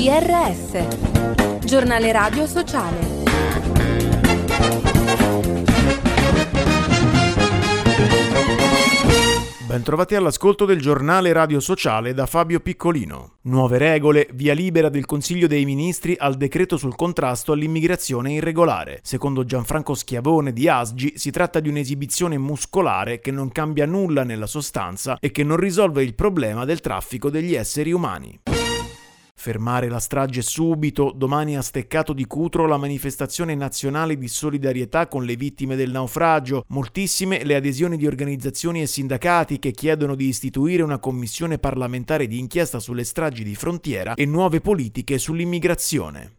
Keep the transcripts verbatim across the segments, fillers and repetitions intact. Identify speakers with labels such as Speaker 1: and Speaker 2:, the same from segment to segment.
Speaker 1: G R S, Giornale Radio Sociale.
Speaker 2: Bentrovati all'ascolto del Giornale Radio Sociale da Fabio Piccolino. Nuove regole, via libera del Consiglio dei Ministri al decreto sul contrasto all'immigrazione irregolare. Secondo Gianfranco Schiavone di A S G I si tratta di un'esibizione muscolare che non cambia nulla nella sostanza e che non risolve il problema del traffico degli esseri umani. Fermare la strage subito, domani a Steccato di Cutro la manifestazione nazionale di solidarietà con le vittime del naufragio. Moltissime le adesioni di organizzazioni e sindacati che chiedono di istituire una commissione parlamentare di inchiesta sulle stragi di frontiera e nuove politiche sull'immigrazione.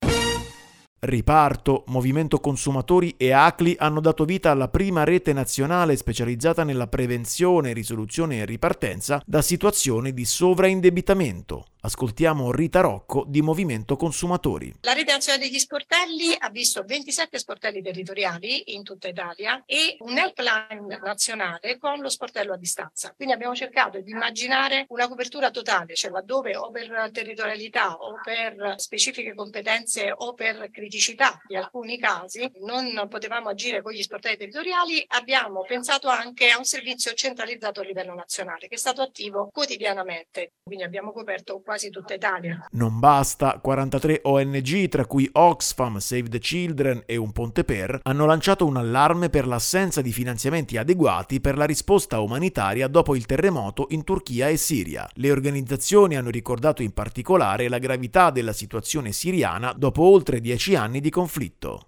Speaker 2: Riparto, Movimento Consumatori e A C L I hanno dato vita alla prima rete nazionale specializzata nella prevenzione, risoluzione e ripartenza da situazioni di sovraindebitamento. Ascoltiamo Rita Rocco di Movimento Consumatori.
Speaker 3: La rete nazionale degli sportelli ha visto ventisette sportelli territoriali in tutta Italia e un helpline nazionale con lo sportello a distanza. Quindi abbiamo cercato di immaginare una copertura totale, cioè laddove o per territorialità o per specifiche competenze o per criticità di alcuni casi non potevamo agire con gli sportelli territoriali, abbiamo pensato anche a un servizio centralizzato a livello nazionale che è stato attivo quotidianamente. Quindi abbiamo coperto quasi tutta Italia.
Speaker 2: Non basta, quarantatré O N G, tra cui Oxfam, Save the Children e Un Ponte Per, hanno lanciato un allarme per l'assenza di finanziamenti adeguati per la risposta umanitaria dopo il terremoto in Turchia e Siria. Le organizzazioni hanno ricordato in particolare la gravità della situazione siriana dopo oltre dieci anni di conflitto.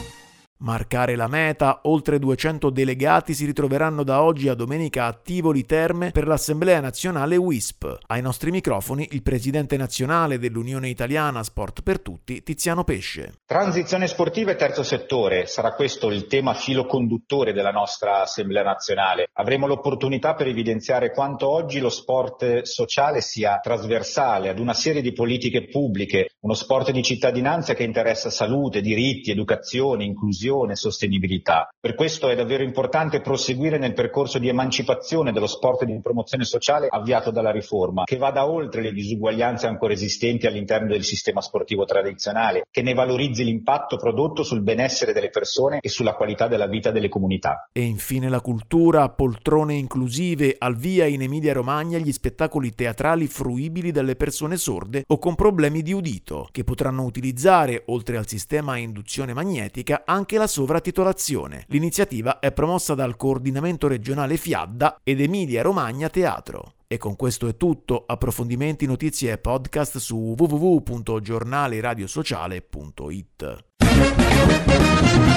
Speaker 2: Marcare la meta, oltre duecento delegati si ritroveranno da oggi a domenica a Tivoli Terme per l'Assemblea Nazionale W I S P. Ai nostri microfoni il presidente nazionale dell'Unione Italiana Sport per Tutti, Tiziano Pesce.
Speaker 4: Transizione sportiva e terzo settore, sarà questo il tema filo conduttore della nostra Assemblea Nazionale. Avremo l'opportunità per evidenziare quanto oggi lo sport sociale sia trasversale ad una serie di politiche pubbliche, uno sport di cittadinanza che interessa salute, diritti, educazione, inclusione, sostenibilità. Per questo è davvero importante proseguire nel percorso di emancipazione dello sport e di promozione sociale avviato dalla riforma, che vada oltre le disuguaglianze ancora esistenti all'interno del sistema sportivo tradizionale, che ne valorizzi l'impatto prodotto sul benessere delle persone e sulla qualità della vita delle comunità.
Speaker 2: E infine la cultura, poltrone inclusive, al via in Emilia-Romagna gli spettacoli teatrali fruibili dalle persone sorde o con problemi di udito, che potranno utilizzare, oltre al sistema a induzione magnetica, anche la sovratitolazione. L'iniziativa è promossa dal coordinamento regionale FIADDA ed Emilia Romagna Teatro. E con questo è tutto. Approfondimenti, notizie e podcast su w w w punto giornale radio sociale punto i t.